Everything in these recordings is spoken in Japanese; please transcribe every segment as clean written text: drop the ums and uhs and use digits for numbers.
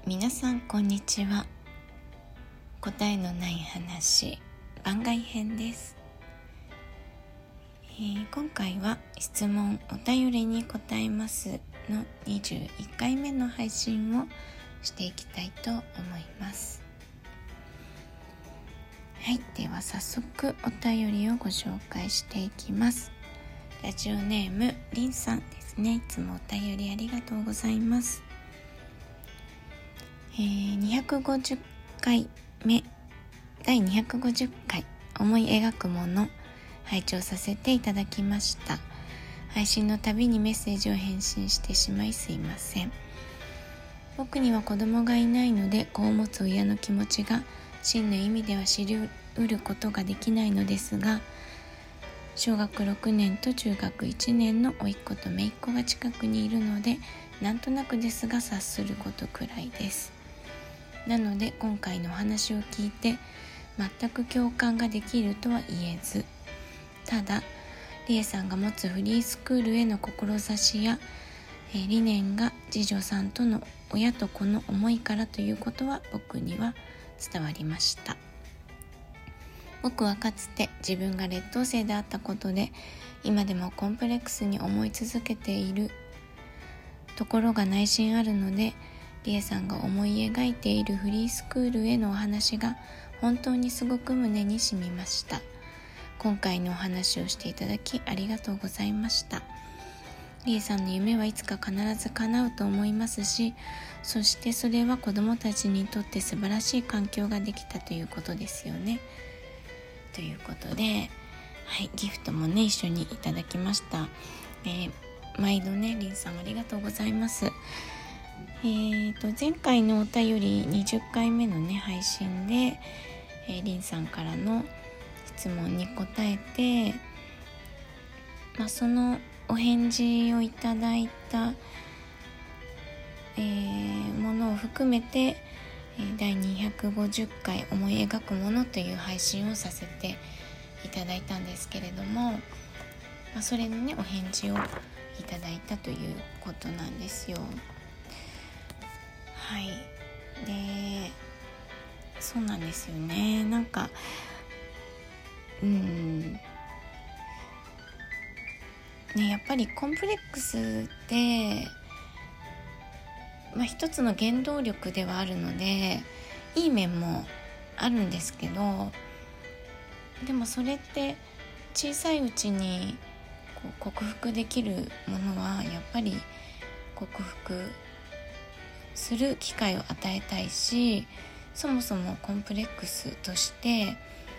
皆さんこんにちは。答えのない話番外編です。今回は質問お便りに答えますの21回目の配信をしていきたいと思います。はい、では早速お便りをご紹介していきます。ラジオネームりんさんですね。いつもお便りありがとうございます。250回目第250回思い描くもの拝聴させていただきました。配信のたびにメッセージを返信してしまいすいません。僕には子供がいないので子を持つ親の気持ちが真の意味では知り得ることができないのですが、小学6年と中学1年の甥っ子と姪っ子が近くにいるので、なんとなくですが察することくらいです。なので今回のお話を聞いて全く共感ができるとは言えず、ただりえさんが持つフリースクールへの志や理念が次女さんとの親と子の思いからということは僕には伝わりました。僕はかつて自分が劣等生であったことで今でもコンプレックスに思い続けているところが内心あるので、りえさんが思い描いているフリースクールへのお話が本当にすごく胸に染みました。今回のお話をしていただきありがとうございました。りえさんの夢はいつか必ず叶うと思いますし、そしてそれは子どもたちにとって素晴らしい環境ができたということですよね。ということで、はい、ギフトもね一緒にいただきました。毎度ねりんさんありがとうございます。前回のお便り20回目のね配信で、りんさんからの質問に答えて、そのお返事をいただいた、ものを含めて第250回思い描くものという配信をさせていただいたんですけれども、それのねお返事をいただいたということなんですよ。はい、でそうなんですよね。なんかね、やっぱりコンプレックスって一つの原動力ではあるのでいい面もあるんですけど、でもそれって小さいうちに克服できるものはやっぱり克服する機会を与えたいし、そもそもコンプレックスとして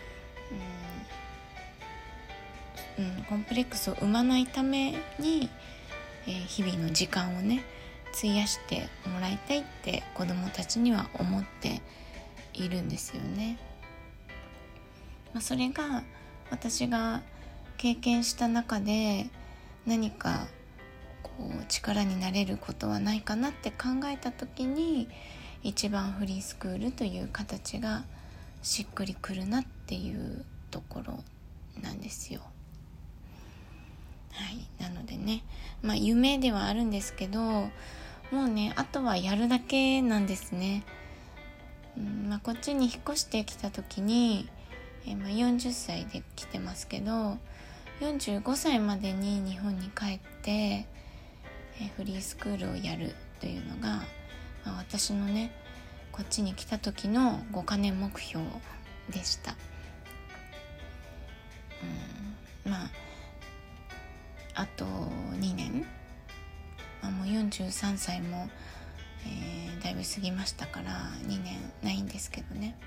コンプレックスを生まないために、日々の時間をね費やしてもらいたいって子どもたちには思っているんですよね。それが私が経験した中で何か力になれることはないかなって考えた時に、一番フリースクールという形がしっくりくるなっていうところなんですよ。はい、なのでね、夢ではあるんですけど、もうねあとはやるだけなんですね。こっちに引っ越してきた時に、40歳で来てますけど、45歳までに日本に帰ってフリースクールをやるというのが、私のねこっちに来た時の5カ年目標でした。あと2年、もう43歳も、だいぶ過ぎましたから2年ないんですけどね、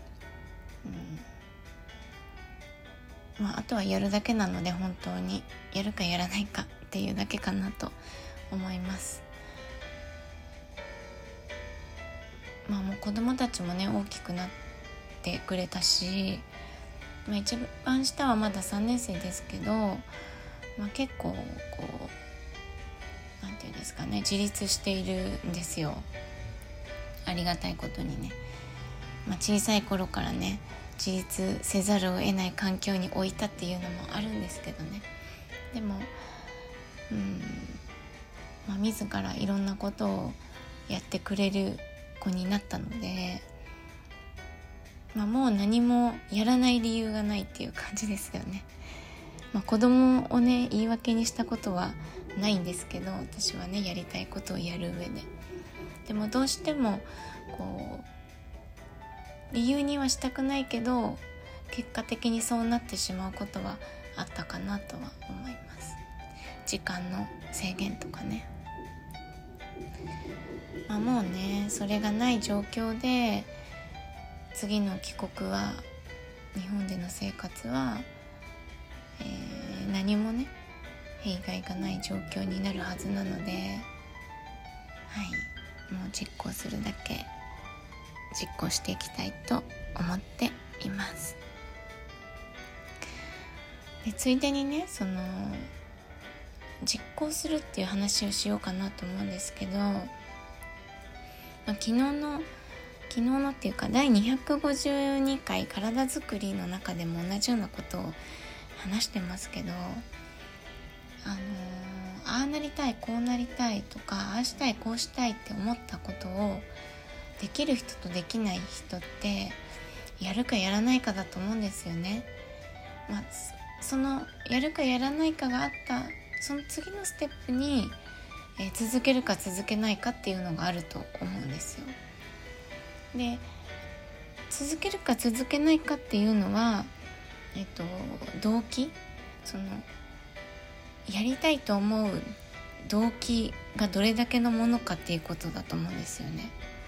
あとはやるだけなので、本当にやるかやらないかっていうだけかなと思います。もう子供たちもね大きくなってくれたし、一番下はまだ3年生ですけど、結構なんていうんですかね、自立しているんですよ。ありがたいことにね、小さい頃からね自立せざるを得ない環境に置いたっていうのもあるんですけどね。でも自らいろんなことをやってくれる子になったので、もう何もやらない理由がないっていう感じですよね。子供をね言い訳にしたことはないんですけど、私はねやりたいことをやる上でもどうしてもこう理由にはしたくないけど結果的にそうなってしまうことはあったかなとは思います。時間の制限とかね、もうねそれがない状況で次の帰国は日本での生活は、何もね弊害がない状況になるはずなので、もう実行するだけ実行していきたいと思っています。でついでにね実行するっていう話をしようかなと思うんですけど、昨日のっていうか第252回体づくりの中でも同じようなことを話してますけど、ああなりたいこうなりたいとかああしたいこうしたいって思ったことをできる人とできない人ってやるかやらないかだと思うんですよね。そのやるかやらないかがあったその次のステップに、続けるか続けないかっていうのがあると思うんですよ。で続けるか続けないかっていうのは、動機やりたいと思う動機がどれだけのものかっていうことだと思うんですよね。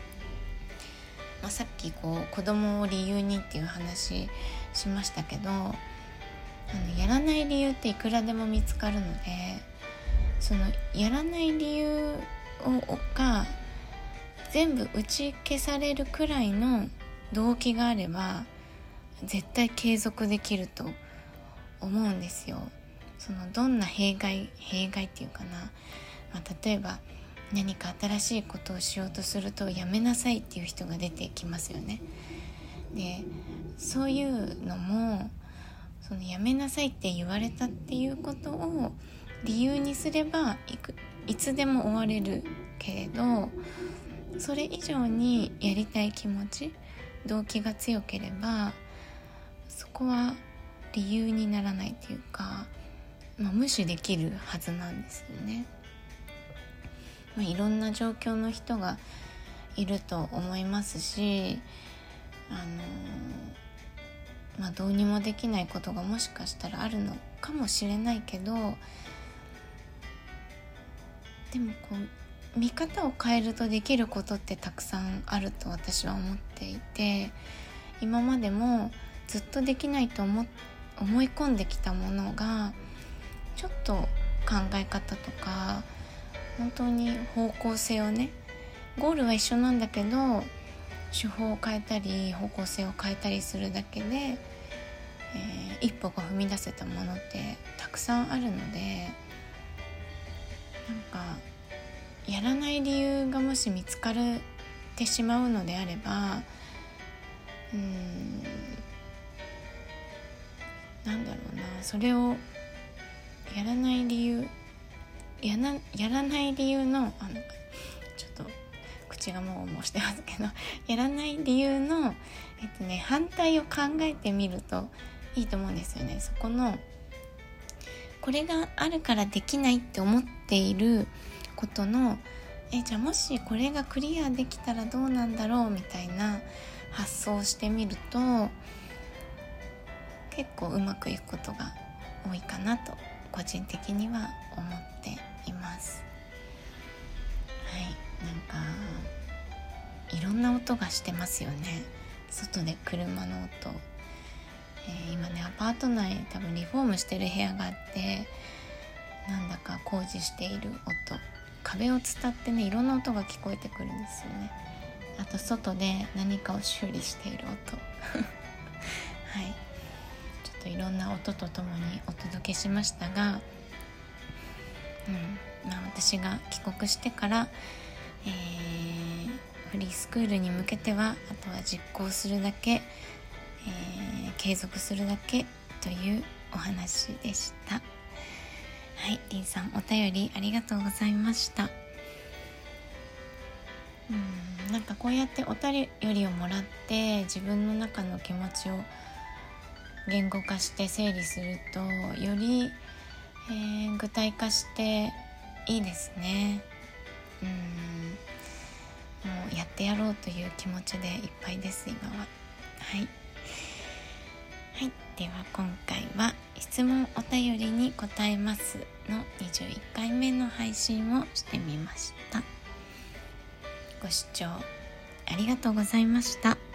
さっき子供を理由にっていう話しましたけど、やらない理由っていくらでも見つかるので、そのやらない理由が全部打ち消されるくらいの動機があれば絶対継続できると思うんですよ。どんな弊害っていうかな、例えば何か新しいことをしようとするとやめなさいっていう人が出てきますよね。でそういうのもやめなさいって言われたっていうことを理由にすればいつでも終われるけれど、それ以上にやりたい気持ち動機が強ければそこは理由にならないっていうか、無視できるはずなんですよね。いろんな状況の人がいると思いますし、どうにもできないことがもしかしたらあるのかもしれないけど、でも見方を変えるとできることってたくさんあると私は思っていて、今までもずっとできないと思い込んできたものがちょっと考え方とか本当に方向性をね、ゴールは一緒なんだけど手法を変えたり方向性を変えたりするだけで、一歩が踏み出せたものってたくさんあるので、やらない理由がもし見つかってしまうのであれば、それをやらない理由のちょっと口がもうしてますけどやらない理由の、反対を考えてみるといいと思うんですよね。そこのこれがあるからできないって思っていることのじゃあもしこれがクリアできたらどうなんだろうみたいな発想をしてみると結構うまくいくことが多いかなと個人的には思っています。いろんな音がしてますよね。外で車の音、今ねアパート内多分リフォームしてる部屋があってなんだか工事している音、壁を伝ってねいろんな音が聞こえてくるんですよね。あと外で何かを修理している音ちょっといろんな音とともにお届けしましたが、私が帰国してから、フリースクールに向けてはあとは実行するだけ、継続するだけというお話でした。りんさんお便りありがとうございました。 なんかこうやってお便りをもらって自分の中の気持ちを言語化して整理するとより、具体化していいですね。もうやってやろうという気持ちでいっぱいです今は。はい、では今回は質問お便りに答えますの21回目の配信をしてみました。ご視聴ありがとうございました。